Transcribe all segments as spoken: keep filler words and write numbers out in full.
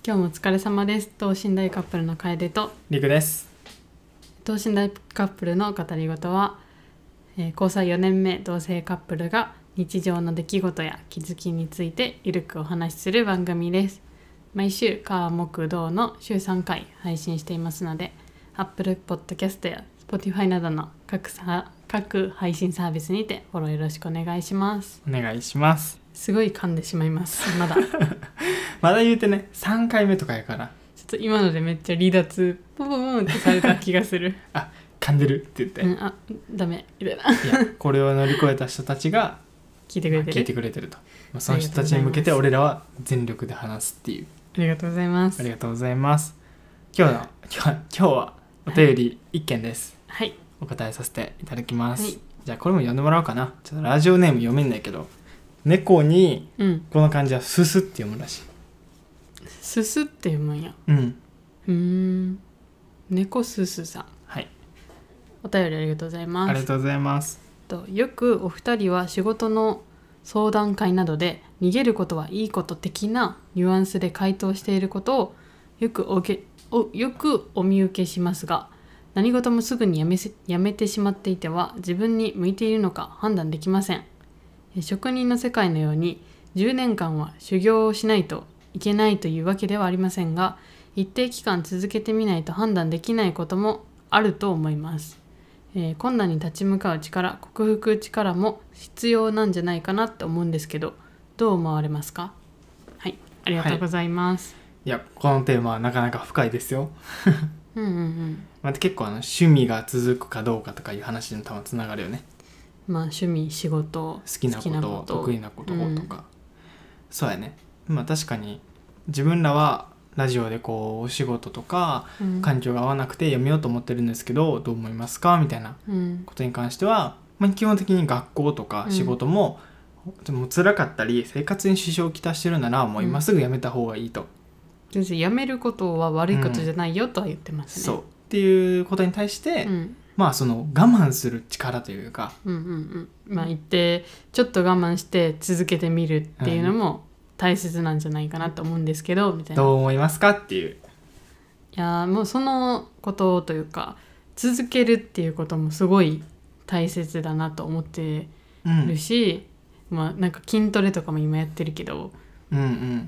今日もお疲れ様です。等身大カップルの楓とりくです。 等身大カップルの語りごとは、えー、交際よねんめ同性カップルが日常の出来事や気づきについてゆるくお話しする番組です。毎週火木土の週さんかい配信していますので、 Apple Podcast や Spotify などの 各, さ各配信サービスにてフォローよろしくお願いします。 お願いします。 すごい噛んでしまいますまだまだ言うてねさんかいめとかやからちょっと今のでめっちゃ離脱ポンポンポンってされた気がするあ、噛んでるって言って、 うん、あ、ダメみたいないやこれを乗り越えた人たちが聞いてくれてる、 まあ聞いてくれてると、まあ、その人たちに向けて俺らは全力で話すっていう。 ありがとうございます。 ありがとうございます。今日の今日今日はお便りいっけんです。 はい、 お答えさせていただきます、 はい、 じゃあこれも読んでもらおうかな。ちょっとラジオネーム読めんないけど、猫にこの漢字はすすって読むらしい。 すすって読むんや。 うんうーん、猫すすさん、 はい、 お便りありがとうございます。 ありがとうございます。 とよくお二人は仕事の相談会などで逃げることはいいこと的なニュアンスで回答していることをよく お, けおよくお見受けしますが、何事もすぐにや め, せやめてしまっていては自分に向いているのか判断できません。職人の世界のようにじゅうねんかんは修行をしないといけないというわけではありませんが、一定期間続けてみないと判断できないこともあると思います。えー、困難に立ち向かう力、克服力も必要なんじゃないかなって思うんですけど、どう思われますか？はい、ありがとうございます。 はい、いやこのテーマはなかなか深いですようんうんうん。 また結構あの趣味が続くかどうかとかいう話に多分つながるよね。 まあ趣味、仕事、 好きなこと、こと得意なこととか、うん、そうやね。まあ確かに自分らはラジオでこうお仕事とか環境が合わなくてやめようと思ってるんですけど、うん、どう思いますかみたいなことに関しては、まあ、基本的に学校とか仕事も、うん、もう辛かったり生活に支障をきたしてるならもう今すぐやめた方がいいと、うん、 全然やめることは悪いことじゃないよとは言ってますね、 うん、そうっていうことに対して、うん、まあその我慢する力というか、 うんうんうん、まあ言ってちょっと我慢して続けてみるっていうのも大切なんじゃないかなと思うんですけど、みたいな。 どう思いますかっていう。 いやもうそのことというか続けるっていうこともすごい大切だなと思ってるし、うん、まあなんか筋トレとかも今やってるけど、 うんうん、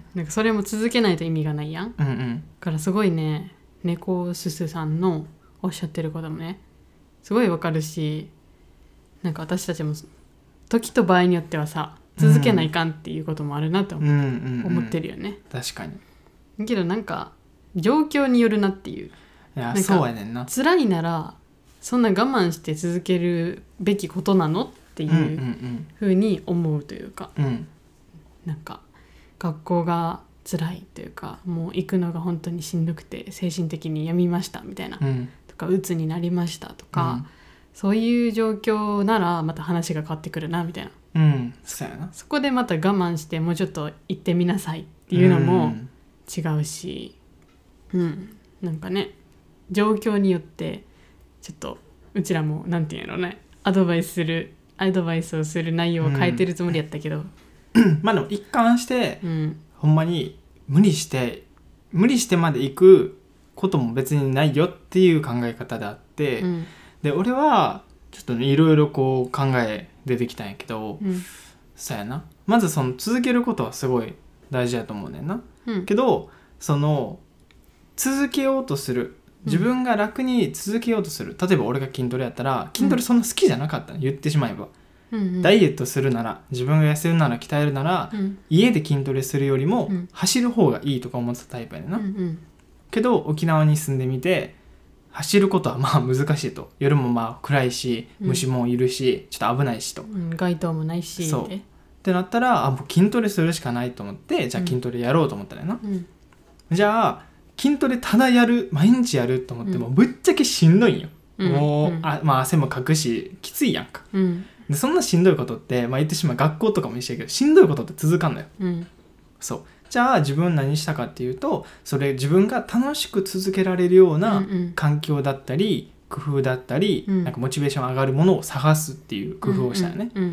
なんかそれも続けないと意味がないやん、 うんうん、 だからすごいね、猫すすさんのおっしゃってることもねすごいわかるし、なんか私たちも時と場合によってはさ続けないかんっていうこともあるなと 思,、うんうんうん、思ってるよね。 確かに。 けどなんか状況によるなっていう。 いやそうやねんな。 辛いならそんな我慢して続けるべきことなのっていうふうに思うというか、 うんうんうん、 なんか学校が辛いというかもう行くのが本当にしんどくて精神的に病みましたみたいな、うん、とか鬱になりましたとか、うん、そういう状況ならまた話が変わってくるなみたいな、 うん、そうやな。 そこでまた我慢してもうちょっと行ってみなさいっていうのも違うし、うん、うん、なんかね状況によってちょっとうちらもなんていうのねアドバイスするアドバイスをする内容を変えてるつもりやったけど、 うん、まあでも一貫して、うん、ほんまに無理して無理してまで行くことも別にないよっていう考え方であって、うん、で俺はちょっとねいろいろこう考え出てきたんやけど、うん、そうやな、まずその続けることはすごい大事だと思うねんな、うん、けどその続けようとする自分が楽に続けようとする、例えば俺が筋トレやったら筋トレそんな好きじゃなかったの、言ってしまえば、うんうん、ダイエットするなら自分が痩せるなら鍛えるなら、うん、家で筋トレするよりも走る方がいいとか思ってたタイプやねんな、うんうん、けど沖縄に住んでみて走ることはまあ難しいと、夜もまあ暗いし虫もいるし、うん、ちょっと危ないしと、うん、 街灯もないしそうってなったらあもう筋トレするしかないと思ってじゃあ筋トレやろうと思ったらな、うん、じゃあ筋トレただやる毎日やると思っても、うん、ぶっちゃけしんどいんよ、うん、もう、うん、あまあ、汗もかくしきついやんか、うん、でそんなしんどいことって、まあ、言ってしまう学校とかも一緒やけどしんどいことって続かんのよ、うん、そうじゃあ自分何したかっていうとそれ自分が楽しく続けられるような環境だったり、うんうん、工夫だったり、うん、なんかモチベーション上がるものを探すっていう工夫をしたよね、うんうんうん、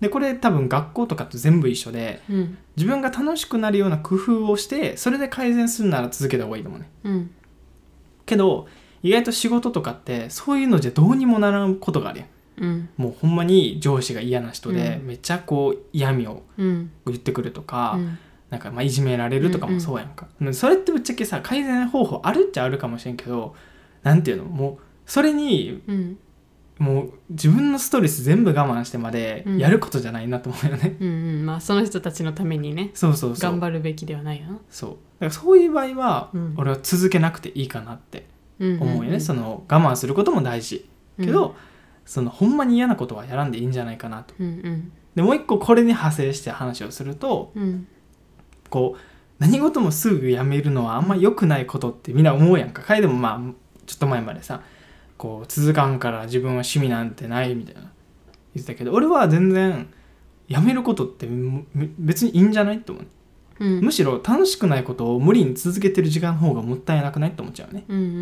でこれ多分学校とかと全部一緒で、 うん、 自分が楽しくなるような工夫をしてそれで改善するなら続けた方がいいと思うね、 うん、 けど意外と仕事とかってそういうのじゃどうにもならんことがあるやん、 うん、 もうほんまに上司が嫌な人で、うん、めっちゃこう嫌味を言ってくるとか、うん、なんかまあいじめられるとかもそうやんか、うんうん、それってぶっちゃけさ改善方法あるっちゃあるかもしれんけど、なんていうの、もうそれに、うん、もう自分のストレス全部我慢してまでやることじゃないなと思うよね、 うんうんうん、まあその人たちのためにね、 そうそうそう頑張るべきではないよな。 そうだからそういう場合は、うん、俺は続けなくていいかなって思うよね、うんうんうん、その我慢することも大事けど、うん、そのほんまに嫌なことはやらんでいいんじゃないかなと、うんうん、でもう一個これに派生して話をすると、うん、こう何事もすぐやめるのはあんま良くないことってみんな思うやんか。かいでもまあちょっと前までさこう続かんから自分は趣味なんてないみたいな言ってたけど、俺は全然やめることって別にいいんじゃないって思う、うん、むしろ楽しくないことを無理に続けてる時間の方がもったいなくないって思っちゃうね、うんうんうん、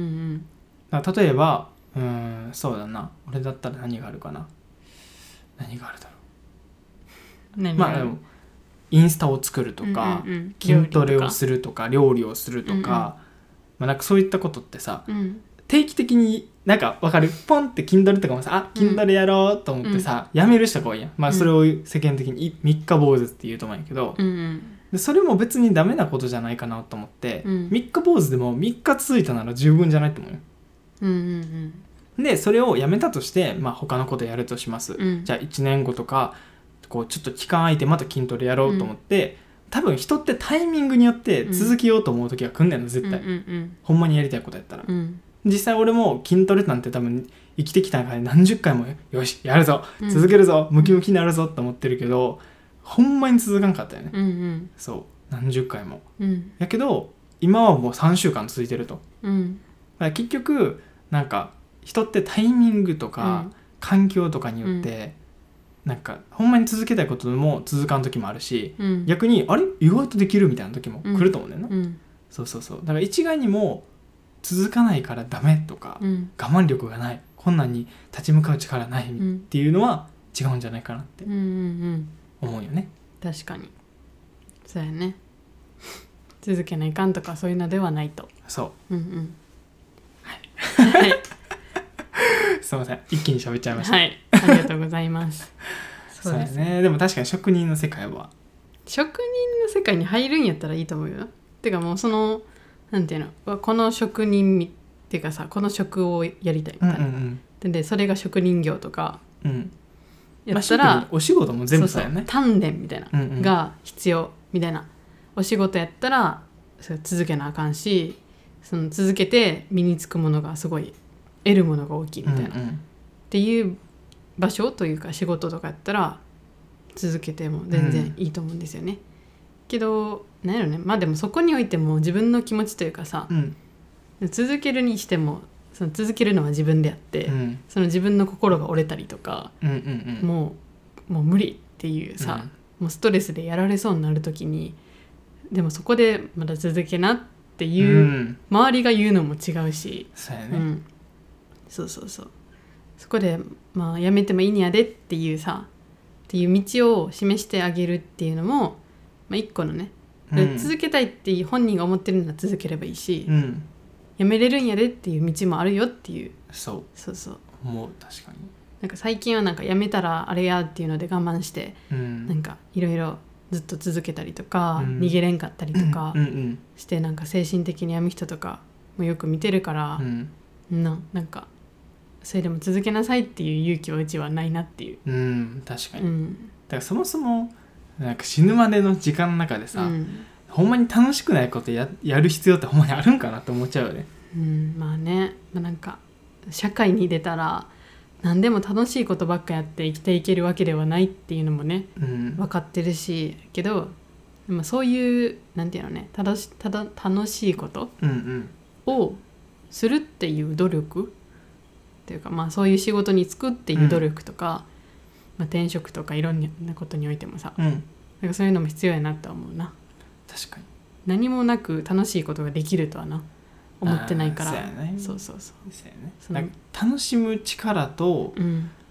だから例えばうーんそうだな、俺だったら何があるかな、何があるだろう、何がある、まあでもインスタを作るとか、うんうんうん、筋トレをするとか料理をするとか、うんうん、まあ、なんかそういったことってさ、うん、定期的になんか分かる、ポンって筋トレとかもさ、あ筋トレやろうと思ってさ、うん、やめる人が多いやん、まあそれを世間的にみっか坊主って言うと思うんやけど、うんうん、でそれも別にダメなことじゃないかなと思って、うん、みっか坊主でもみっか続いたなら十分じゃないと思うよ、うんうんうん、でそれをやめたとして、まあ、他のことやるとします、うん、じゃあいちねんごとかこうちょっと期間空いてまた筋トレやろうと思って、うん、多分人ってタイミングによって続けようと思う時が来んねんの絶対、うんうんうん、ほんまにやりたいことやったら、うん、実際俺も筋トレなんて多分生きてきた中で何十回もよしやるぞ続けるぞ、うん、ムキムキになるぞって思ってるけどほんまに続かんかったよね、うんうん、そう何十回も、うん、やけど今はもうさんしゅうかん続いてると、うん、だから結局なんか人ってタイミングとか環境とかによって、うん、なんかほんまに続けたいことでも続かん時もあるし、うん、逆にあれ意外とできるみたいな時も来ると思うんだよな、うん、そうそうそう、だから一概にも続かないからダメとか、うん、我慢力がない困難に立ち向かう力ないっていうのは違うんじゃないかなって思うよね、うんうんうん、 確かにそうやね続けないかんとかそういうのではないと、 そう、うんうん、 はい、はい、 すいません一気に喋っちゃいました、 はい、ありがとうございますそうですね、でも確かに職人の世界は職人の世界に入るんやったらいいと思うよ。てかもうそのなんていうの、この職人っていうかさ、この職をやりたいみたいな、うんうんうん、でそれが職人業とかやったら、 まあ、お仕事も全部そうやね、 そうそう、鍛錬みたいな、うんうん、が必要みたいな、お仕事やったらそれ続けなあかんし、その続けて身につくものがすごい得るものが大きいみたいな、うんうん、っていう場所というか仕事とかやったら続けても全然いいと思うんですよね、うん、けどなんやろね、まあでもそこにおいても自分の気持ちというかさ、うん、続けるにしてもその続けるのは自分であって、うん、その自分の心が折れたりとか、うんうんうん、もうもう無理っていうさ、うん、もうストレスでやられそうになる時にでもそこでまだ続けなっていう、うん、周りが言うのも違うし、 そうやね、 うん、そうそうそう、そこでまあやめてもいいんやでっていうさっていう道を示してあげるっていうのも、まあ、一個のね、うん、続けたいって本人が思ってるなら続ければいいし、うん、やめれるんやでっていう道もあるよっていう、 そうそうそう、 もう確かになんか最近はなんかやめたらあれやっていうので我慢して、うん、なんかいろいろずっと続けたりとか、うん、逃げれんかったりとかして、なんか精神的に病む人とかもよく見てるから、うん、な, なんかそれでも続けなさいっていう勇気はうちはないなっていう、 うん、確かに、うん、だからそもそもなんか死ぬまでの時間の中でさ、うん、ほんまに楽しくないこと や, やる必要ってほんまにあるんかなって思っちゃうよね、 うん、まあね、まあ、なんか社会に出たら何でも楽しいことばっかやって生きていけるわけではないっていうのもね、うん、分かってるし、けどでもそういうなんていうのね、ただただ楽しいことをするっていう努力、うんうん、っていうか、まあ、そういう仕事に就くっていう努力とか、うん、まあ、転職とかいろんなことにおいてもさ、うん、なんかそういうのも必要やなと思うな。 確かに何もなく楽しいことができるとはな思ってないから、 そうやね、 そうそうそう、 そうやね、なんか楽しむ力と、うん、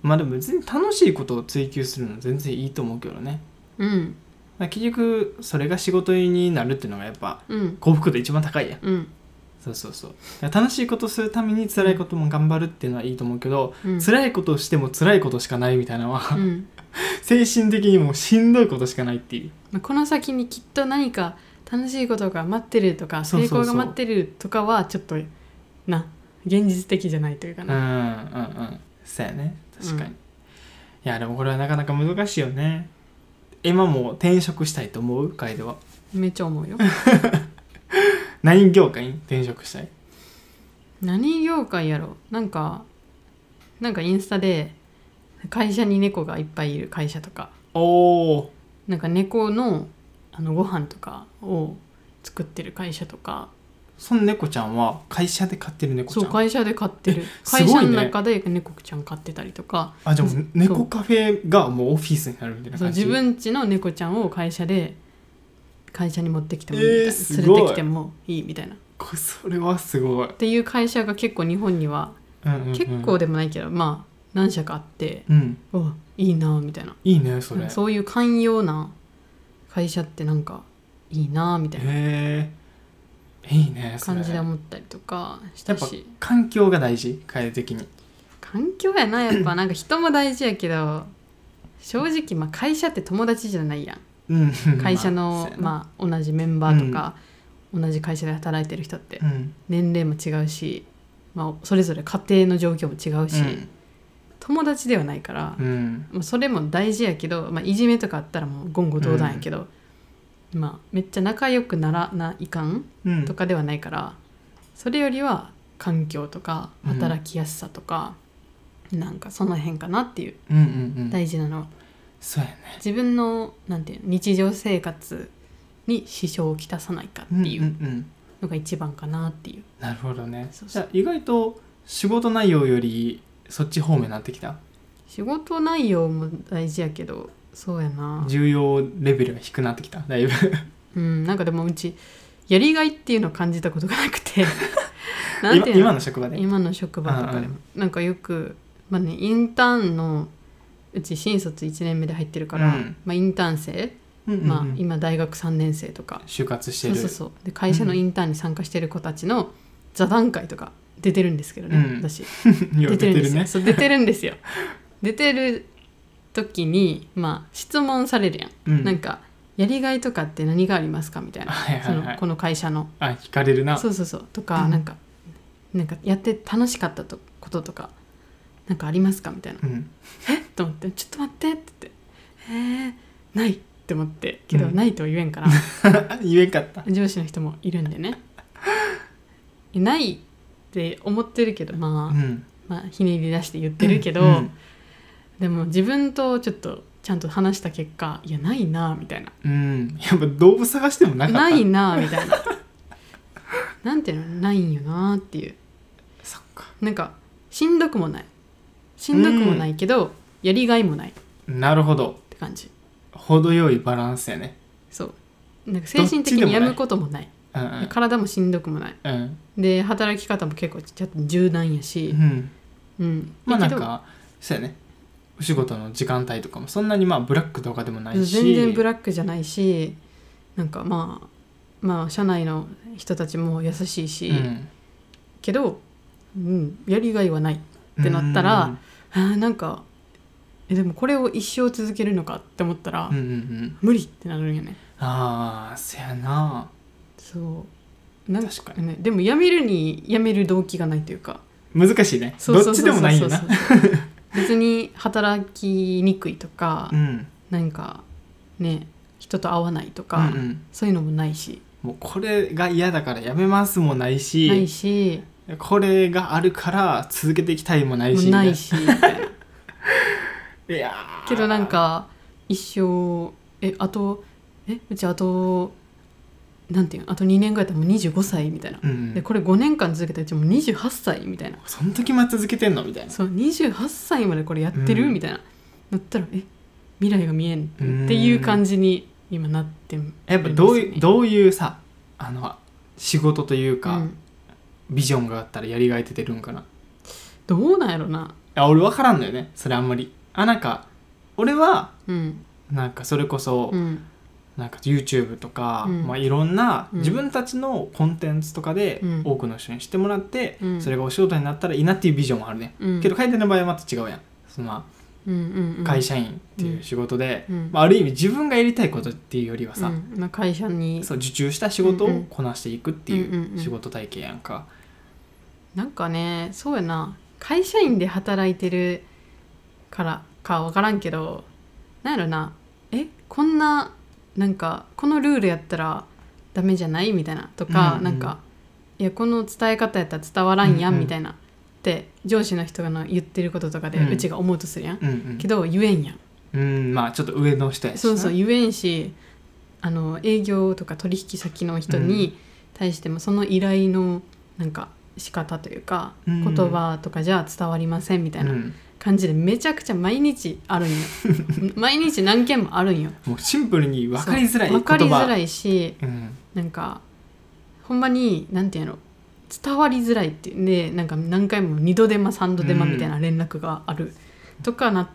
まあでも別に楽しいことを追求するのは全然いいと思うけどね。 うん結局それが仕事になるっていうのがやっぱうん幸福度一番高いやん。 うんそうそうそう。楽しいことをするために辛いことも頑張るっていうのはいいと思うけど、 うん辛いことをしても辛いことしかないみたいなのは、 うん、 精神的にもしんどいことしかないっていう。 まあこの先にきっと何か楽しいことが待ってるとか成そうそうそう功が待ってるとかはちょっとな現実的じゃないというかうんな。 うんうんそうやね確かに、 うんいやでもこれはなかなか難しいよね。今も転職したいと思う？楓はめっちゃ思うよ。 何業界に転職したい？ 何業界やろ。なんかなんかインスタで会社に猫がいっぱいいる会社とか、 おおなんか猫のあのご飯とかを作ってる会社とか。 その猫ちゃんは会社で飼ってる猫ちゃん？ そう会社で飼ってる、 すごいね会社の中で猫ちゃん飼ってたりとか。 あじゃあもう猫カフェがもうオフィスになるみたいなそう感じ？ 自分家の猫ちゃんを会社で会社に持ってきてもいいみたいな、 えーすごい連れてきてもいいみたいなっこそれはすごい、 ていう会社が結構日本には、 うんうんうん、 結構でもないけどまあ何社かあって、 うんおいいなみたいな。 いいねそれ。 そういう寛容な会社ってなんかいいなみたいなへえいいねそれ。 感じで思ったりとかしたし。 環境が大事楓的に。 環境やなやっぱなんか人も大事やけど正直まあ会社って友達じゃないやん。 うん会社の、 まあまあ、同じメンバーとか、同じ会社で働いてる人ってうん年齢も違うし、まあ、それぞれ家庭の状況も違うし、 うん友達ではないから、 うんまあ、それも大事やけど、まあ、いじめとかあったらもう言語道断やけど、まあ、めっちゃ仲良くならないかんうんとかではないからそれよりは環境とかうん働きやすさとか、なんかその辺かなっていううんうんうん大事なのはそうやね自分のなんていうの日常生活に支障をきたさないかっていうんううんのが一番かなっていう。 なるほどね。 そうそうじゃあ意外と仕事内容よりそっち方面になってきた？ 仕事内容も大事やけどそうやな、 重要レベルが低くなってきただいぶうん、なんかでもうちやりがいっていうのを感じたことがなくてなんていうの今今の職場で今の職場とかでもなんかよく、まあね、インターンのうち新卒いちねんめで入ってるから、 うんまあ、インターン生、 うんうんうんまあ、今大学さんねん生とか就活してる。 そうそうそうで会社のインターンに参加してる子たちの座談会とか出てるんですけどね、 うん私よ出うてるんですよ、 ね。 そう出てるんですよ出てる時に、まあ、質問されるやん、 うんなんかやりがいとかって何がありますかみたいな、 はいはいはいそのこの会社のあ聞かれるな。 そうそうそうとか、 うんなんかなんかやって楽しかったとこととかなんかありますかみたいな、 うんえっと思ってちょっと待ってって言ってえー、ないって思ってけど、 うんないとは言えんから言えんかった。 上司の人もいるんでねないって思ってるけどまあ、 うんまあひねり出して言ってるけど、 うんでも自分とちょっとちゃんと話した結果いやないなみたいなうんやっぱ動物探してもなかった。 ないなみたいななんていうのないんよなっていうそっか。 なんかしんどくもないしんどくもないけど、やりがいもないっなるほど。 て感じ。 程よいバランスやね。 そうなんか精神的にやむこともないうんうん体もしんどくもないうんで働き方も結構ちょっと柔軟やしう、んうんまあだけどなんかそうやねお仕事の時間帯とかもそんなにまあブラックとかでもないし全然ブラックじゃないしなんかまあまあ社内の人たちも優しいし、 うんけど、うん、やりがいはないってなったら、あーなんかえでもこれを一生続けるのかって思ったら、 うんうんうん無理ってなるんよね。 ああそやなそうなんか確かにね、でも辞めるに辞める動機がないというか難しいねそうそうそうそうどっちでもないよなそうそう別に働きにくいとか、 うんなんかね人と会わないとか、 うんうんそういうのもないしもうこれが嫌だからやめますもないしないしこれがあるから続けていきたいもないしもうないしみたいないやーけどなんか一生えあとえうちあとなんていうのあとにねんぐらいだったらもうにじゅうごさいみたいな、 うんうんでこれごねんかん続けたらうちもうにじゅうはっさいみたいなその時まで続けてんのみたいなそうにじゅうはっさいまでこれやってる、 うんみたいななったらえ未来が見えんっていう感じに今なってるんですよね、 やっぱどういうどういうさあの仕事というか、 うんビジョンがあったらやりがいて出るんかな。 どうなんやろなや俺分からんのよねそれあんまり。あなんか俺はうんなんかそれこそ、 うんなんか YouTube とか、 うんまあ、いろんなうん自分たちのコンテンツとかでうん多くの人に知ってもらって、 うんそれがお仕事になったらいいなっていうビジョンもあるね、 うんけど海外の場合はまた違うやん。そのまうんうんうんあ会社員っていう仕事で、 うんまあ、ある意味自分がやりたいことっていうよりはさ、 うんまあ、会社にそう受注した仕事うんうんをこなしていくってうんうんいううん仕事体系やんか。 なんかねそうやな会社員で働いてるからか分からんけどなんやろなえこんななんかこのルールやったらダメじゃないみたいなとか、 うんうんなんかいやこの伝え方やったら伝わらんやん、 うんうんみたいなって上司の人が言ってることとかでうんうちが思うとするやん、 うんうんけど言えんやん。 うんまあちょっと上の人やしな。 そうそう言えんしあの営業とか取引先の人に対してもその依頼のなんか仕方というか、 うん言葉とかじゃ伝わりませんみたいなうん感じでめちゃくちゃ毎日あるんよ毎日何件もあるんよ。 もうシンプルに分かりづらいそう言葉。 分かりづらいしうんなんかほんまになんていうの伝わりづらいっていうねなんか何回もにど手間さんど手間みたいな連絡があるとかなって、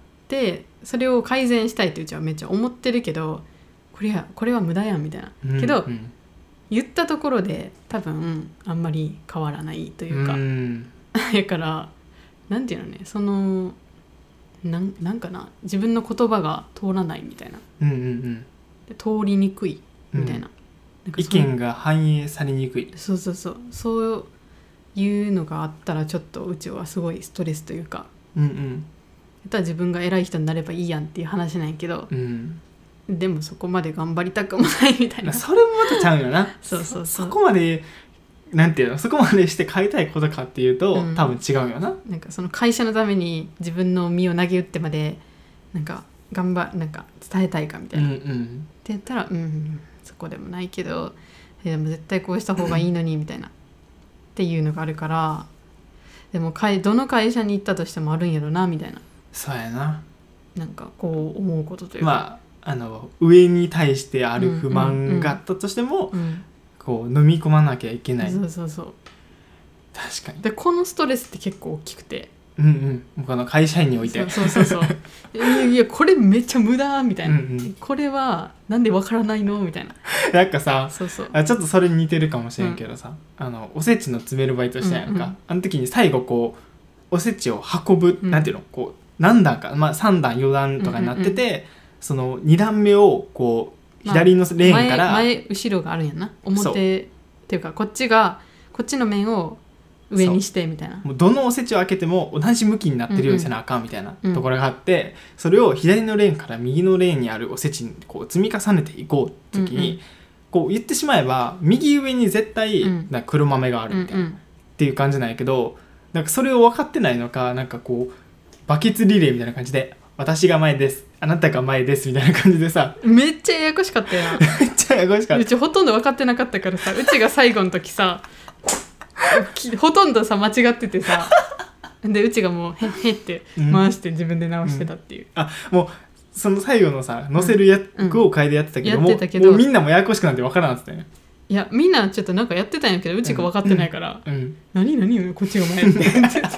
それを改善したいってうちはめっちゃ思ってるけどこれやこれは無駄やんみたいな、 うんけどうん言ったところで多分あんまり変わらないというか、 うんだからなんていうのねそのなんなんかな自分の言葉が通らないみたいなうんうんうんで通りにくいみたいな、なんか意そう見が反映されにくい。 そうそうそうそういうのがあったらちょっとうちはすごいストレスというかうんうんやったら自分が偉い人になればいいやんっていう話なんやけど、 うんでもそこまで頑張りたくもないみたいなそれもまたちゃうよな。 そうそうそうそこまでなんていうのそこまでして変えたいことかっていうと、 うん多分違うよな。 なんかその会社のために自分の身を投げ打ってまでなんか頑張なんか伝えたいかみたうんういな、ってん言ったらうんそこでもないけどえでも絶対こうした方がいいのにみたいなっていうのがあるからでもかいどの会社に行ったとしてもあるんやろなみたいなそうやな。 なんかこう思うことというか、 まああの上に対してある不満があったとしても、 うん、 こう飲み込まなきゃいけない。 そうそうそう確かに。 でこのストレスって結構大きくてうんうん他の会社員において。 そうそうそうそういやいやこれめっちゃ無駄みたいな、 うんうんこれはなんでわからないのみたいななんかさそうそうあちょっとそれに似てるかもしれんけどさ、あのおせちの詰めるバイトしたやんか、 うんうんあの時に最後こうおせちを運ぶ、 うんなんていうのこう何段か、まあ、さん段よん段とかになってて、 うんうんそのに段目をこうまあ左のレーンから、 前前後ろがあるんやな表っていうかこっちがこっちの面を上にしてみたいなもうどのおせちを開けても同じ向きになってるようにせなあかんみたいなところがあって、それを左のレーンから右のレーンにあるおせちにこう積み重ねていこうって時に、 うんうんこう言ってしまえば右上に絶対うんなんか黒豆があるみたいな、っていう感じなんやけどなんかそれを分かってないのかなんかこうバケツリレーみたいな感じで私が前ですあなたが前ですみたいな感じでさめっちゃややこしかったよなめっちゃややこしかっうちほとんど分かってなかったからさうちが最後の時さきほとんどさ間違っててさでうちがもうへっへって回して自分で直してたっていう、 たあもうその最後のさ載せる役を変えてやってたけど、 うんもうやってたけどもうみんなもややこしくなって分からなかったよねいやみんなちょっとなんかやってたんやけどうちが分かってないから、 うん何何こっちが前って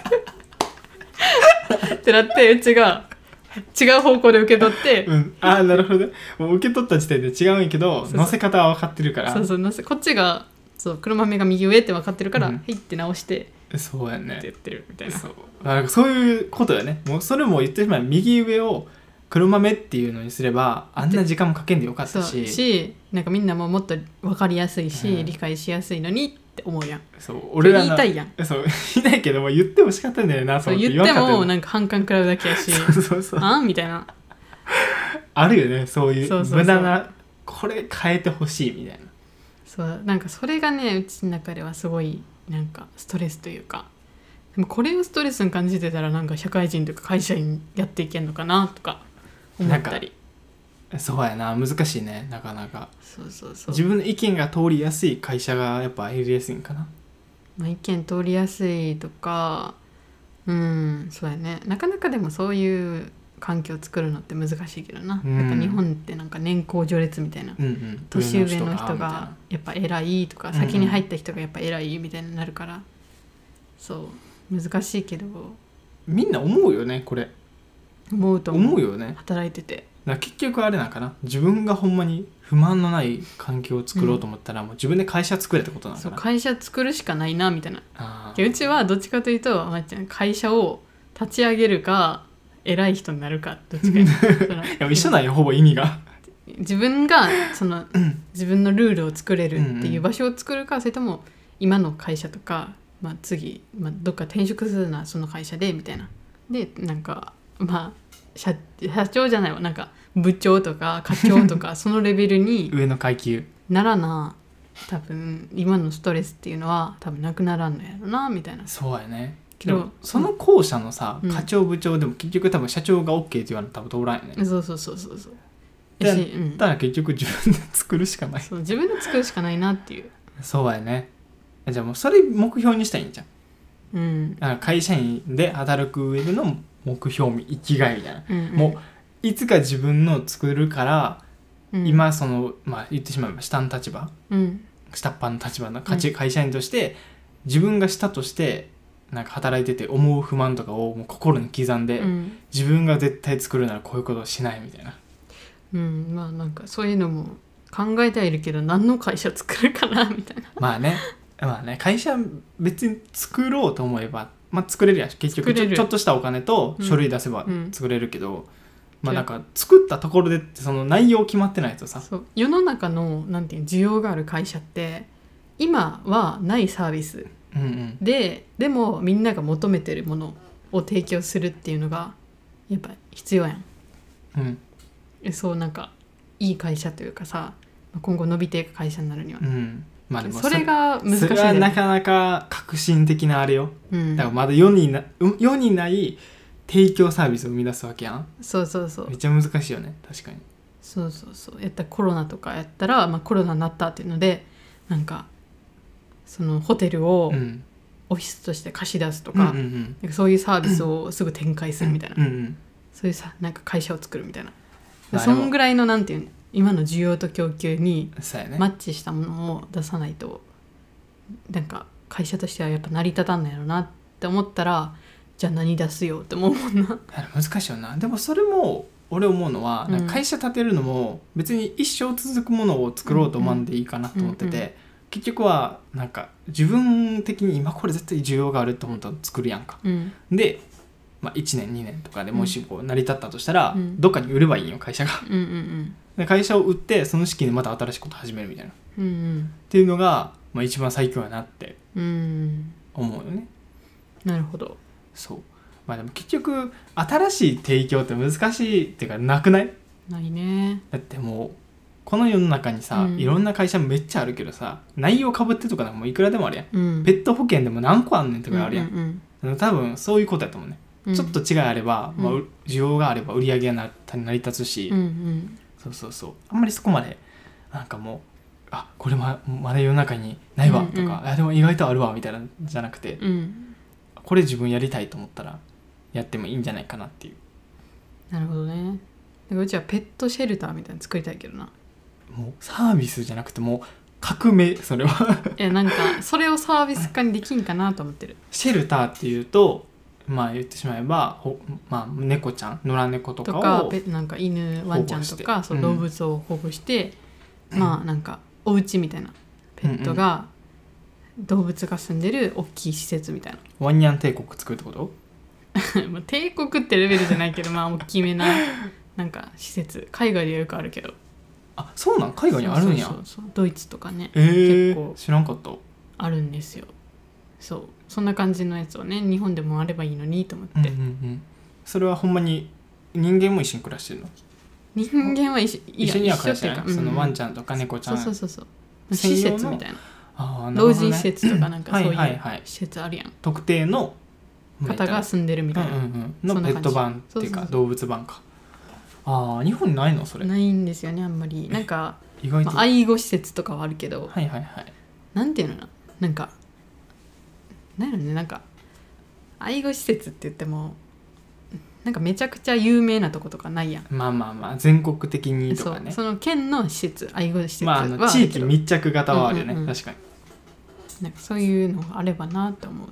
ってなってうちが違う方向で受け取って、 うん、ああなるほどねもう受け取った時点で違うんやけどそうそう載せ方は分かってるからそうそうなせこっちがそう黒豆が右上って分かってるから、 うんへいって直してそうやってやねってるみたいなそうなんかそういうことだよねもうそれも言ってしまえば右上を黒豆っていうのにすればあんな時間もかけんでよかっそうたししなんかみんなももっと分かりやすいし、 うん理解しやすいのにって思うやんそう俺らの言いたいやんそう言いたいけども言っても仕方ないんだよなそうと思言っても言わんかったよなんか反感食らうだけやしそうそうそうあんみたいなあるよねそういうそうそうそう無駄なこれ変えてほしいみたいなそうなんかそれがねうちの中ではすごいなんかストレスというかでもこれをストレスに感じてたらなんか社会人とか会社員やっていけんのかなとか思ったりそうやな難しいねなかなかそうそうそう自分の意見が通りやすい会社がやっぱ入りやすいんかなまあ、意見通りやすいとかうんそうやねなかなかでもそういう環境を作るのって難しいけどな、 うんやっぱ日本ってなんか年功序列みたいな、 うんうん年上の人みたいがなやっぱ偉いとか、 うんうん先に入った人がやっぱ偉いみたいになるからそう難しいけどみんな思うよねこれ。 思うと思う。 思うよね。 働いてて。 だから結局あれなんかな、自分がほんまに不満のない環境を作ろうと思ったら、うん、もう自分で会社作れってことなのかな。 そう会社作るしかないなみたいな。 あうちはどっちかというと、まっちゃん会社を立ち上げるか偉い人になるかどっちかにいや一緒なんよほぼ意味が。 自分がその自分のルールを作れるっていう場所を作るか、うんうん、それとも今の会社とか、まあ、次、まあ、どっか転職するなその会社でみたいな。でなんかまあ 社, 社長じゃないわなんか部長とか課長とかそのレベルに上の階級ならな多分今のストレスっていうのは多分なくならんのやろなみたいな。 そうやね。けどその後者のさ、うん、課長部長でも結局多分社長が OK って言われたら多分通らんよね。 そうそうそうそうそう。 だから結局自分で作るしかない。 そう自分で作るしかないなっていう。 そうやね。じゃあもうそれ目標にしたらいいんじゃん。 うん、 会社員で働く上での目標生きがいみたいな、 うんうん、 もういつか自分の作るから、うん、今そのまあ言ってしまえば下の立場、 うん、 下っ端の立場の会社員として、うん、自分が下としてなんか働いてて思う不満とかをもう心に刻んで、うん、自分が絶対作るならこういうことをしないみたいな。 うん、まあなんかそういうのも考えてはいるけど何の会社作るかなみたいな。 まあねまあね会社別に作ろうと思えば、まあ、作れるやん結局ち ょ, ちょっとしたお金と書類出せば作れるけど、うんうん、まあなんか作ったところでってその内容決まってないとさ。 そう世の中のなんていう需要がある会社って今はないサービス、 うんうん、 ででもみんなが求めてるものを提供するっていうのがやっぱ必要やん、 うん、 そうなんかいい会社というかさ今後伸びていく会社になるには、 うんまあ、でもそれが難しい、 ね、それはなかなか革新的なあれよ、うん、だからまだ世にな世にない提供サービスを生み出すわけやん。 そうそうそうめっちゃ難しいよね確かに。 そうそうそうやったらコロナとかやったら、まあ、コロナになったっていうのでなんかそのホテルをオフィスとして貸し出すとか、 うんうんうん、 なんかそういうサービスをすぐ展開するみたいな、 うんうんうん、 そういうさなんか会社を作るみたいな、そんぐらいのなんていうの今の需要と供給にマッチしたものを出さないとなんか会社としてはやっぱ成り立たんないのなって思ったらじゃあ何出すよって思うもんな。 難しいよな。でもそれも俺思うのは、うん、なんか会社建てるのも別に一生続くものを作ろうと思わんでいいかなと思ってて、うんうん、結局はなんか自分的に今これ絶対需要があると思ったら作るやんか、 うん、 で、まあ、いちねんにねんとかでもしこう成り立ったとしたら、 うん、 どっかに売ればいいよ会社が、 うんうんうん、 で会社を売ってその資金でまた新しいこと始めるみたいな、 うんうん、 っていうのが、まあ、一番最強やなって思うよね、 うん、なるほど。 そうまあでも結局新しい提供って難しいっていうかなくない？ ないね。 だってもうこの世の中にさ、うん、いろんな会社めっちゃあるけどさ内容かぶってとかなんかもういくらでもあるやん、 うん、 ペット保険でも何個あんねんとかあるやん、 うんうんうん、 多分そういうことやと思うね、うん、ちょっと違いあれば、 うんまあ、需要があれば売り上げがな成り立つし、 うんうん、 そうそうそうあんまりそこまでなんかもうあこれ ま, まだ世の中にないわとか、うんうん、あでも意外とあるわみたいなじゃなくて、 うん、 これ自分やりたいと思ったらやってもいいんじゃないかなっていう。 なるほどね。うちはペットシェルターみたいなの作りたいけどな。 もうサービスじゃなくてもう革命それはいやなんかそれをサービス化にできんかなと思ってる。 シェルターっていうとまあ言ってしまえばほ、まあ、猫ちゃん野良猫とかをとかなんか犬ワンちゃんとかそう動物を保護して、うん、まあなんかお家みたいなペットが、うんうん、動物が住んでる大きい施設みたいな。 ワンニャン帝国作るってこと？ 帝国ってレベルじゃないけどまあ大きめななんか施設海外でよくあるけど。 あそうなん海外にあるんや。 そうそうそうドイツとかね、 えー、 結構知らんかった。 あるんですよ。そうそんな感じのやつをね日本でもあればいいのにと思って、 うんうんうん、それはほんまに人間も一緒に暮らしてるの？ 人間は一緒一緒には暮らしてない、 うん、 そのワンちゃんとか猫ちゃんそうそうそうそう施設みたいな、 あ、 老人施設とかなんかそういうはいはいはい、 施設あるやん、 特定の方が住んでるみたいな、 うんうんうん、のペット版っていうか動物版か。ああ日本にないのそれ？ ないんですよねあんまり。なんか意外と、 まあ、愛護施設とかはあるけど、 はいはいはい、 なんていうのななんかなんやろねなんか愛護施設って言ってもなんかめちゃくちゃ有名なとことかないやん。 まあまあまあ全国的にとかね。 そうその県の施設愛護施設はあるけど、 まあ、あの地域密着型はあるよね、 うんうんうん、 確かに。 なんかそういうのがあればなと思うな。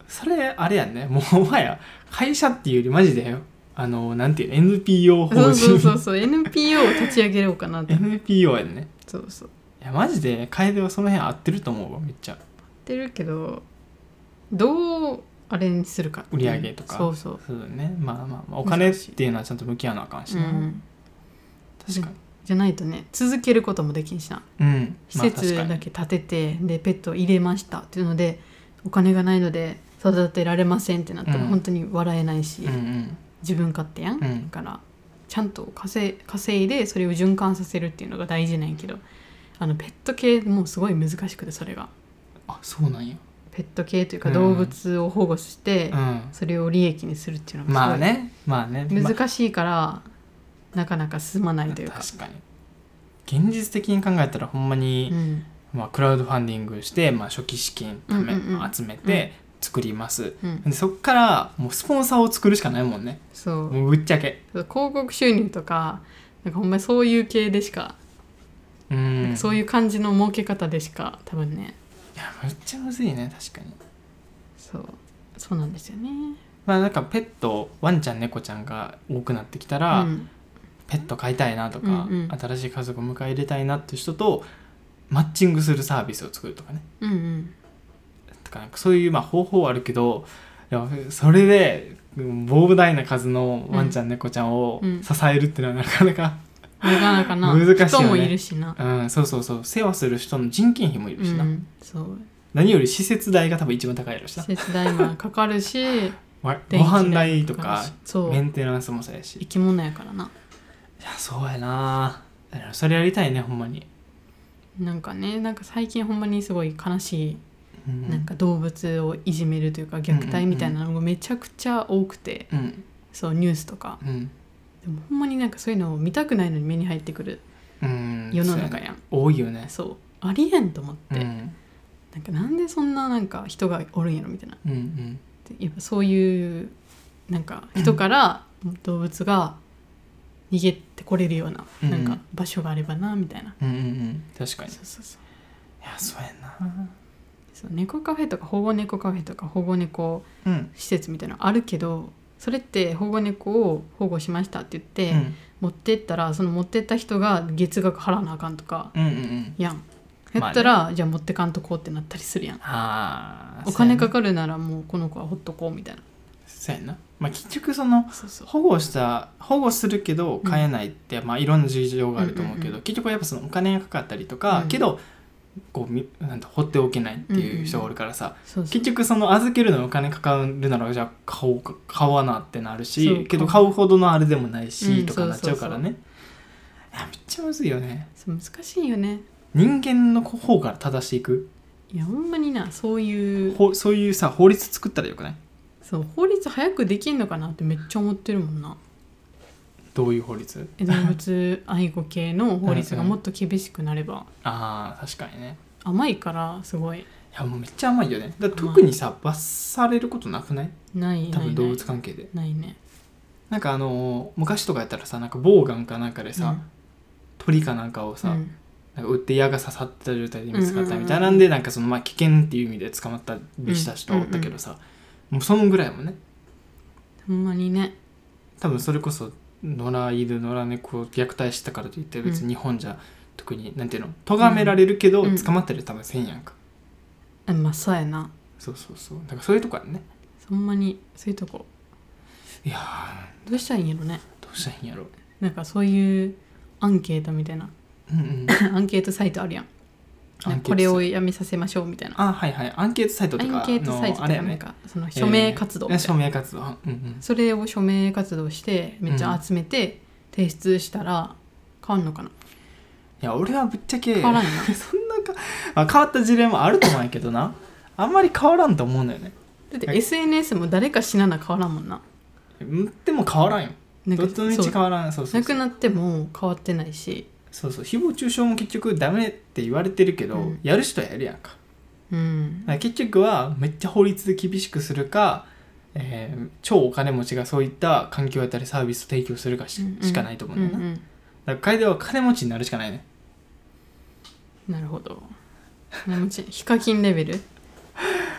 それあれやんね、もうもはや会社っていうよりマジであのなんていうの エヌピーオー 法人、 そうそうそうそう エヌピーオー を立ち上げようかなって。 エヌピーオー やんね。 そうそういやマジで楓はその辺合ってると思うわ、めっちゃ。 やってるけどどうあれにするか売り上げとか、 そうそうそうだね、まあまあ、まあ、お金っていうのはちゃんと向き合わなあかんしな、 うん、 確かに。 じゃないとね続けることもできんしな。 うん施設だけ建てて、でペットを入れましたっていうのでお金がないので育てられませんってなったらうん本当に笑えないし、 うんうん自分勝手やん、 うんだからちゃんと稼い、稼いでそれを循環させるっていうのが大事なんやけど、あのペット系もうすごい難しくて、それがあそうなんや。 ペット系というかうん動物を保護して、 うんそれを利益にするっていうのがすごいまあねまあね難しいからなかなか進まないというか、 確かに現実的に考えたらほんまに、 うんまあ、クラウドファンディングして、まあ、初期資金ため、 うんうんうん集めて作ります、 うん、 でそっからもうスポンサーを作るしかないもんね、 そうもうぶっちゃけ。 広告収入とかなんかほんまにそういう系でしか、 うんいそういう感じの儲け方でしか多分ね、 やめっちゃむずいね確かに。 そうそうなんですよね。 まあなんかペットワンちゃん猫ちゃんが多くなってきたら、 うんペット飼いたいなとか、 うんうん新しい家族を迎え入れたいなっていう人とマッチングするサービスを作るとかね、 うんうんとかなんかそういうまあ方法はあるけど、でもそれでうん膨大な数のワンちゃん、猫ちゃんをうん支えるっていうのはなかなか、 なかなかな難しいよね人もいるしな、 うん、そうそうそう世話する人の人件費もいるしな、 うん、そう何より施設代が多分一番高いやろしな、 施設代もかかるしわ電気ご飯代とかもかかるしそうメンテナンスもそうやし、 生き物やからな。 いやそうやな、それやりたいねほんまに、 なんかねなんか最近ほんまにすごい悲しい、 うん、 なんか動物をいじめるというか虐待みたいなのがめちゃくちゃ多くて、 うんそうニュースとかうんでもほんまになんかそういうのを見たくないのに目に入ってくるうん世の中やん、 多いよね、 そうありえんと思って、 うんなんかなんでそんななんか人がおるんやろみたいな、 うんうんでやっぱそういうなんか人から動物が逃げてこれるような、 うんなんか場所があればなみたいな、 うんうんうん確かに、いそうそうそうやそうやな、 そう猫カフェとか保護猫カフェとか保護猫うん施設みたいなのあるけど、それって保護猫を保護しましたって言って、 うん持ってったらその持ってった人が月額払わなあかんとかうんうんうんやん、やったら、じゃあ持ってかんとこうってなったりするやん。 あーお金かるかるならもうこの子はほっとこうみたいな。 そうやな、まあ結局そのそうそう保護した保護するけど飼えないって、まあいろんな事情があると思うけど、 うんうんうん結局やっぱそのお金がかかったりとか、 うんけどこうみなんて放っておけないっていう人がおるからさ、 そうそう結局その預けるのにお金かかるならじゃあ買おうか買わなってなるそうし、けど買うほどのあれでもないし、 うんとかなっちゃうからね。いやめっちゃむずいよね。 そう難しいよね。 人間の方から正していく、 いやほんまになそういうほそういうさ法律作ったらよくない？ そう法律早くできんのかなってめっちゃ思ってるもんな。 どういう法律？ 動物愛護系の法律がもっと厳しくなればああ確かにね。 甘いからすごいいやもうめっちゃ甘いよね。だから特にさ罰されることなくない？ ない多分動ないない物関係で。 ないね。 なんかあのー昔とかやったらさなんかボウガンかなんかでさ、 うん鳥かなんかをさ、 うんなんか撃って矢が刺さってた状態で見つかったみたいうんうんうんなんで、なんかそのまあ危険っていう意味で捕まったりした人おったけどさ、もうそのぐらいやもんね。 ほんまにね。 多分それこそ野良犬野良猫を虐待したからといって別に日本じゃ特になんていうの咎められるけどうん捕まったり多分せんやんか、 あまあそうやな。 そうそうそうだからそういうとこやね。 ほんまにそういうとこいやーどうしたらいいんやろね。 どうしたらいいんやろ。 なんかそういうアンケートみたいなうんうんアンケートサイトあるやん。 アンケートこれをやめさせましょうみたいな。 あはいはいアンケートサイトアとかンケートサイトとかなんのあれやねかその署名活動みたいな、 署名活動うんうんそれを署名活動してめっちゃ集めて提出したら変わんのかな。 いや俺はぶっちゃけ変わらんよなそんなか、まあ、変わった事例もあると思うんやけどなあんまり変わらんと思うんだよね。 だって エスエヌエス も誰か死なな変わらんもんな。 うんでも変わらんよ。 なんかどっちの道そう変わらん。そうそうそうなくなっても変わってないし、 そうそう誹謗中傷も結局ダメって言われてるけど、 うんやる人はやるやんか。 うんだから結局はめっちゃ法律で厳しくするか、えー超お金持ちがそういった環境やったりサービスを提供するかし,、 うんうんかないと思うんだよな。 うんうんだから楓は金持ちになるしかないね。 なるほど。金持ちヒカキンレベル。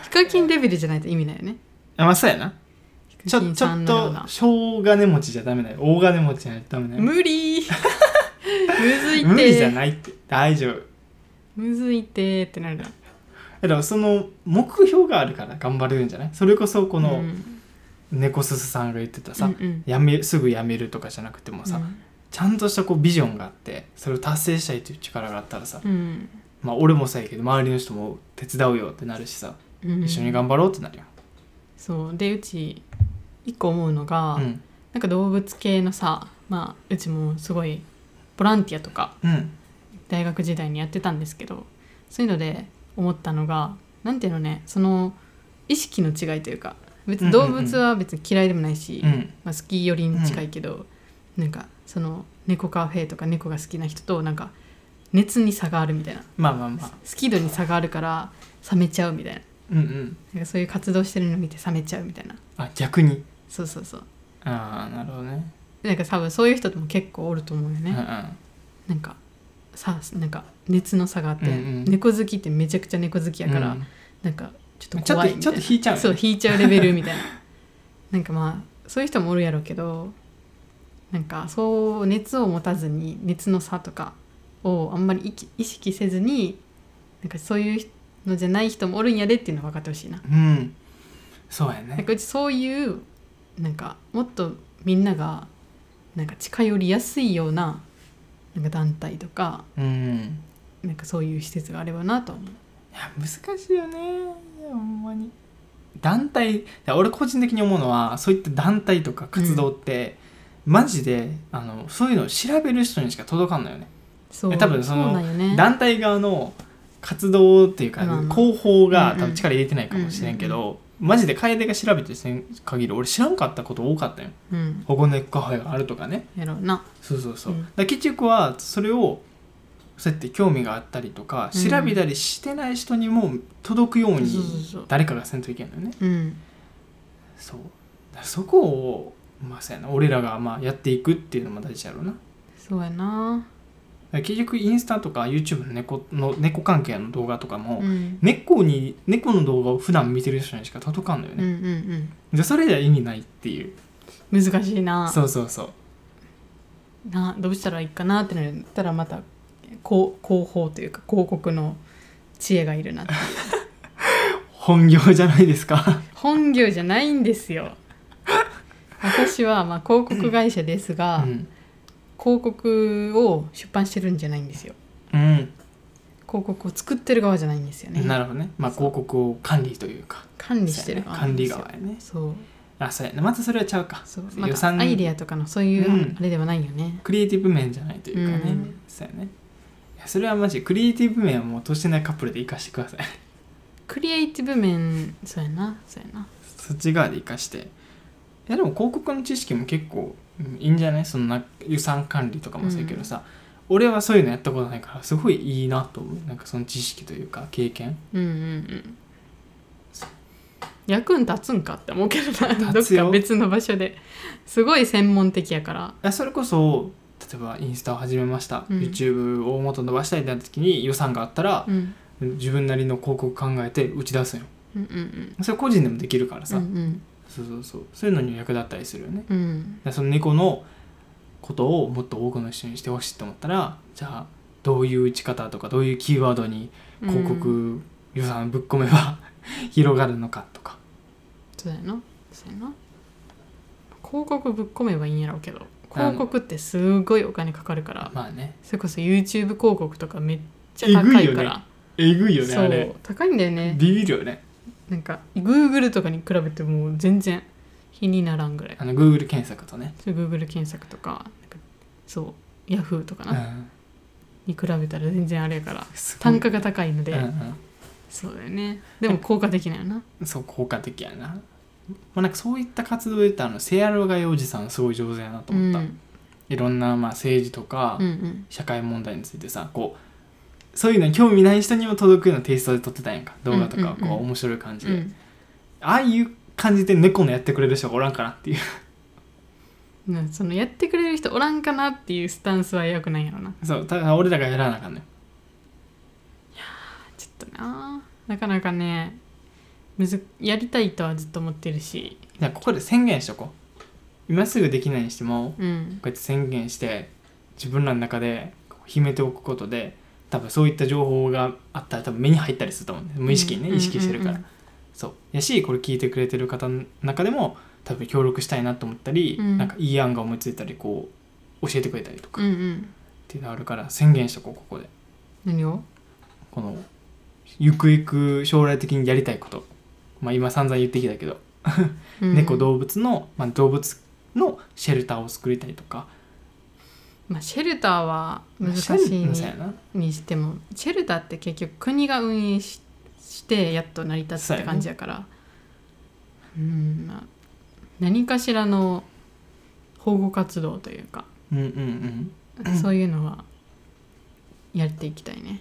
ヒカキンレベルじゃないと意味ないよね。 あ、まあそうやな。ちょヒカキンちょっさんのようなと小金持ちじゃダメだよ。大金持ちじゃないとダメだよ。 無理むずいって無理じゃないって。大丈夫。 むずいってってなるな。 だからその目標があるから頑張れるんじゃない？それこそこの猫すすさんが言ってたさ、 うんうん、 やめすぐやめるとかじゃなくてもさ、うん、ちゃんとしたこうビジョンがあってそれを達成したいという力があったらさ、うん、まあ俺もそうやけど周りの人も手伝うよってなるしさ、うん、一緒に頑張ろうってなるよ。 そうでうち一個思うのが、うん、なんか動物系のさ、まあ、うちもすごいボランティアとか、うん、大学時代にやってたんですけど、そういうので思ったのがなんていうのね、その意識の違いというか、別に動物は別に嫌いでもないし、うんうんうん、まあ、好き寄りに近いけど、うん、なんかその猫カフェとか猫が好きな人となんか熱に差があるみたいな、 まあまあまあ、 好き度に差があるから冷めちゃうみたいな、うんうん、なんかそういう活動してるの見て冷めちゃうみたいな。 あ、逆に。 そうそうそう。 ああ、なるほどね。 なんか多分そういう人も結構おると思うよね、うんうん、なんかさ、なんか熱の差があって、うんうん、猫好きってめちゃくちゃ猫好きやから、うん、なんかちょっと怖いみたいな、 ちょっと引いちゃう、ね、 そう引いちゃうレベルみたいななんかまあそういう人もおるやろうけど、なんかそう熱を持たずに熱の差とかをあんまり意識せずに、なんかそういうのじゃない人もおるんやでっていうのを分かってほしいな。 うん、そうやね。 なんかうちそういうなんかもっとみんながなんか近寄りやすいようななんか団体とか、うん、なんかそういう施設があればなと思う。いや難しいよね。いやほんまに団体、俺個人的に思うのはそういった団体とか活動って、うん、マジであのそういうのを調べる人にしか届かんのよね。そう多分そのそ、ね、団体側の活動っていうか、うん、広報が多分力入れてないかもしれんけど、うんうんうん、マジで楓が調べてせん限り俺知らんかったこと多かったよ、うん、保護猫カフェがあるとかね。 やろうな。 そうそうそう、うん、だ結局はそれをそうやって興味があったりとか、うん、調べたりしてない人にも届くように誰かがせんといけないのね、うん、そうだそこを、まあ、そうやな俺らがまあやっていくっていうのも大事やろうな。 そうやな。 結局インスタとか YouTube の 猫, の猫関係の動画とかも、うん、猫に猫の動画を普段見てる人にしか届かんのよね、うんうんうん、じゃあそれじゃ意味ないっていう。 難しいな。 そうそうそうな。どうしたらいいかなってなったらまた広報というか広告の知恵がいるなっていう本業じゃないですか。 本業じゃないんですよ私はまあ広告会社ですが、うん、広告を出版してるんじゃないんですよ、うん、広告を作ってる側じゃないんですよね。 なるほどね。まあ広告を管理というか管理してる側なんですよ、 ね、管理側やね。 そうあ、そうやね。またそれはちゃうか。 そう、またアイデアとかのそういうあれではないよね、うん、 クリエイティブ面じゃないというかね、うん、そうやね。いやそれはマジクリエイティブ面はもう年してないカップルで生かしてくださいクリエイティブ面、そうやなそうやな。 そっち側で生かして。いやでも広告の知識も結構いいんじゃない？そのな予算管理とかもそうやけどさ、うん、俺はそういうのやったことないからすごいいいなと思う。なんかその知識というか経験、うんうんうん、役に立つんかって思うけどなどっか別の場所ですごい専門的やから。 いやそれこそ例えばインスタを始めました、うん、YouTube をもっと伸ばしたいってなった時に予算があったら、うん、自分なりの広告考えて打ち出すよ、うんうんうん、それ個人でもできるからさ、うんうん、そうそうそうそういうのに役立ったりするよね、うん、その猫のことをもっと多くの人にしてほしいと思ったら、じゃあどういう打ち方とかどういうキーワードに広告予算ぶっ込めば広がるのかとか。 そうやなそうやな。広告ぶっ込めばいいんやろうけど広告ってすごいお金かかるから、 まあね、 それこそ YouTube 広告とかめっちゃ高いからえぐいよね。 そうあれ高いんだよね。 ビビるよね。 なんか Google とかに比べてもう全然比にならんぐらい。 あの Google 検索とね。 そう Google 検索とか、なんかそう Yahoo とかな、うん、に比べたら全然あれやから単価が高いので、うんうん、そうだよね。でも効果的なよな。 そう効果的やな。まあ、なんかそういった活動で言ったらセアロガイおじさんすごい上手やなと思った、うん、いろんなまあ政治とか社会問題についてさ、うんうん、こうそういうのに興味ない人にも届くようなテイストで撮ってたんやんか、動画とかこう、うんうんうん、面白い感じで、うん、ああいう感じで猫のやってくれる人がおらんかなっていううん、そのやってくれる人おらんかなっていうスタンスは良くないやろな。 そうただ俺らがやらなあかんのよ。 いやちょっとななかなかねむずやりたいとはずっと思ってるし、 じゃあここで宣言しとこう。今すぐできないにしても、 うん、 こうやって宣言して自分らの中で秘めておくことで、多分そういった情報があったら多分目に入ったりすると思うんで、無意識にね、 うん、 意識してるから、 うんうんうん、 そうやし、これ聞いてくれてる方の中でも多分協力したいなと思ったり、うん、なんかいい案が思いついたりこう教えてくれたりとか、 うんうん、 っていうのがあるから宣言しとこう。ここで何をこのゆくゆく将来的にやりたいこと、まあ今散々言ってきたけど猫動物の、まあ、動物のシェルターを作りたいとか、 まあ、シェルターは難しい に, にしてもシェルターって結局国が運営 し, してやっと成り立つって感じやから、う、ね、ん、まあ、何かしらの保護活動というか、 うんうんうん、 そういうのはやっていきたいね。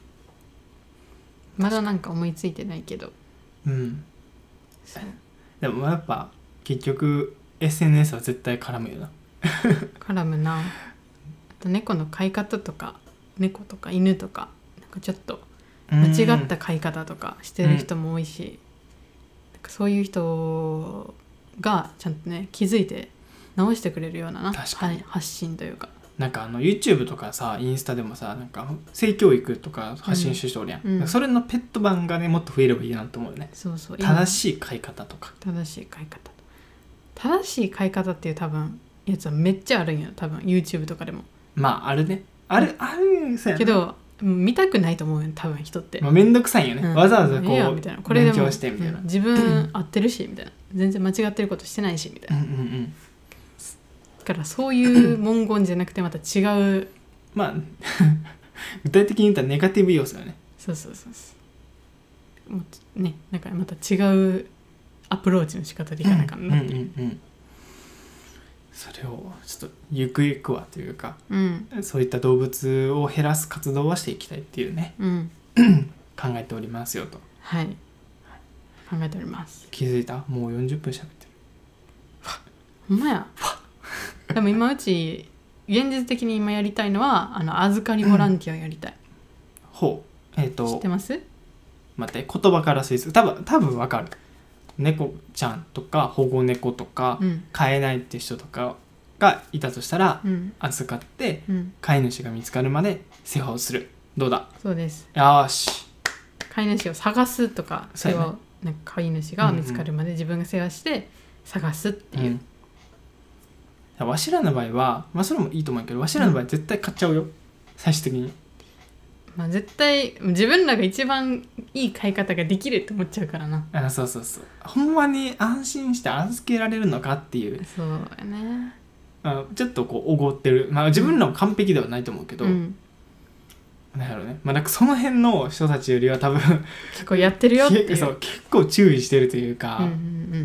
まだなんか思いついてないけど、 うん、でもやっぱ結局 エスエヌエス は絶対絡むよな絡むな。あと猫の飼い方とか、猫とか犬とかなんかちょっと間違った飼い方とかしてる人も多いし、うん、なんかそういう人がちゃんとね気づいて直してくれるようなな、 確かに発信というか、 なんかあの YouTube とかさインスタでもさなんか性教育とか発信してる人おるやん、うんうん、それのペット版がねもっと増えればいいなと思うよね。 そうそう、 正しい飼い方とか正しい飼い方正しい飼い方っていう多分やつはめっちゃあるんよ多分 YouTube とかでも。 まああるね、ある、うん、あるそうやなけど見たくないと思うよ多分人って、 まあ、めんどくさいよね、うん、わざわざこうみたいな、これでも勉強してみたいな、 うん、自分合ってるしみたいな、全然間違ってることしてないしみたいな、 うんうんうん、 だからそういう文言じゃなくてまた違うまあ具体的に言ったらネガティブ要素よね。 そうそうそうそう、もっとね、なんかまた違うアプローチの仕方でいかなあかんなっていう、うんうんうん、 それをちょっとゆくゆくはというか、 うん、 そういった動物を減らす活動はしていきたいっていうね、うん、考えておりますよと。 はい、考えております。 気づいた？もうよんじゅっぷん喋ってる。 ほんまや。でも今うち現実的に今やりたいのはあの預かりボランティアをやりたい、うん、 ほう、えっと知ってます？ 待って、言葉から推測、多分多分わかる。猫ちゃんとか保護猫とか、うん、飼えないって人とかがいたとしたら、うん、預かって、うん、飼い主が見つかるまで世話をする。どうだ？そうです。よし。 飼い主を探すとか、世話を、なんか飼い主が見つかるまで自分が世話して探すっていう、 うん、わしらの場合は、まあ、それもいいと思うけど、わしらの場合は絶対買っちゃうよ、うん、最終的に。 まあ、絶対自分らが一番いい飼い方ができるって思っちゃうからな。 あ、そうそうそう、ほんまに安心して預けられるのかっていう。 そうやね、 あ、ちょっとこうおごってる、まあ、自分らも完璧ではないと思うけど、うん、なんやろうね、まあ、なんかその辺の人たちよりは多分結構やってるよっていう、 そう結構注意してるというか、 うんうんうん、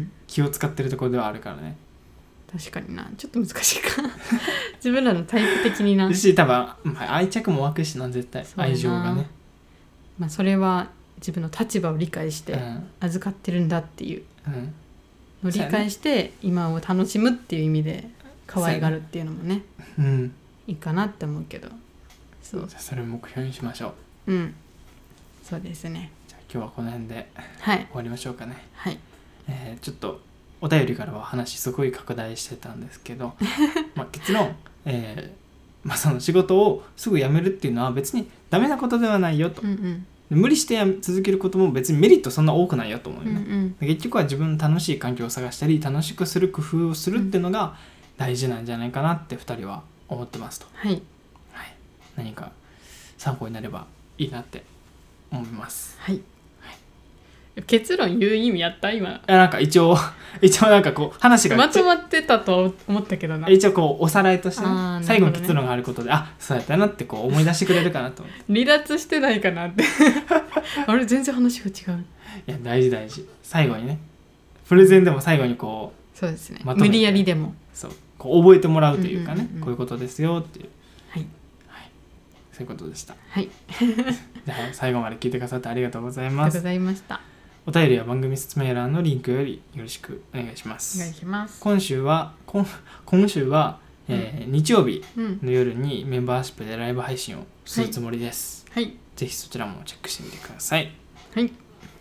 気を使ってるところではあるからね。 確かにな、ちょっと難しいか自分らのタイプ的になし、多分、まあ、愛着も湧くしな、絶対愛情がね、 まあ、それは自分の立場を理解して預かってるんだっていうのを理解して今を楽しむっていう意味で可愛がるっていうのもね、うん、いいかなって思うけど、 そう、じゃあそれを目標にしましょう。 うん、そうですね。 じゃあ今日はこの辺で終わりましょうかね。 はい、 えー、ちょっとお便りからは話すごい拡大してたんですけどまあ結論、えーまあ、その仕事をすぐ辞めるっていうのは別にダメなことではないよと、うんうん、無理してや続けることも別にメリットそんな多くないよと思うよね、うんうん、結局は自分の楽しい環境を探したり楽しくする工夫をするっていうのが大事なんじゃないかなってふたりは思ってますと、 はいはい、何か参考になればいいなって思います。 はい、結論言う意味やった今。 なんか一応一応なんかこう話がまとまってたと思ったけどな。 一応こうおさらいとして、ねね、最後に結論があることで、あ、そうやったなってこう思い出してくれるかなと思って離脱してないかなってあれ全然話が違う。 いや大事大事、最後にね、プレゼンでも最後にこう、 そうですね、無理やりでもそうこう覚えてもらうというかね、うんうんうん、こういうことですよっていう、 はい、 はい、そういうことでした。 はいじゃあ最後まで聞いてくださってありがとうございます。 ありがとうございました。 お便りは番組説明欄のリンクよりよろしくお願いします。 お願いします。 今週は今今週は、えーうん、日曜日の夜にメンバーシップでライブ配信をするつもりです。 はい、 ぜひそちらもチェックしてみてください。 はい、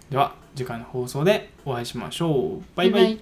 では次回の放送でお会いしましょう。バイバイ。 バイバイ。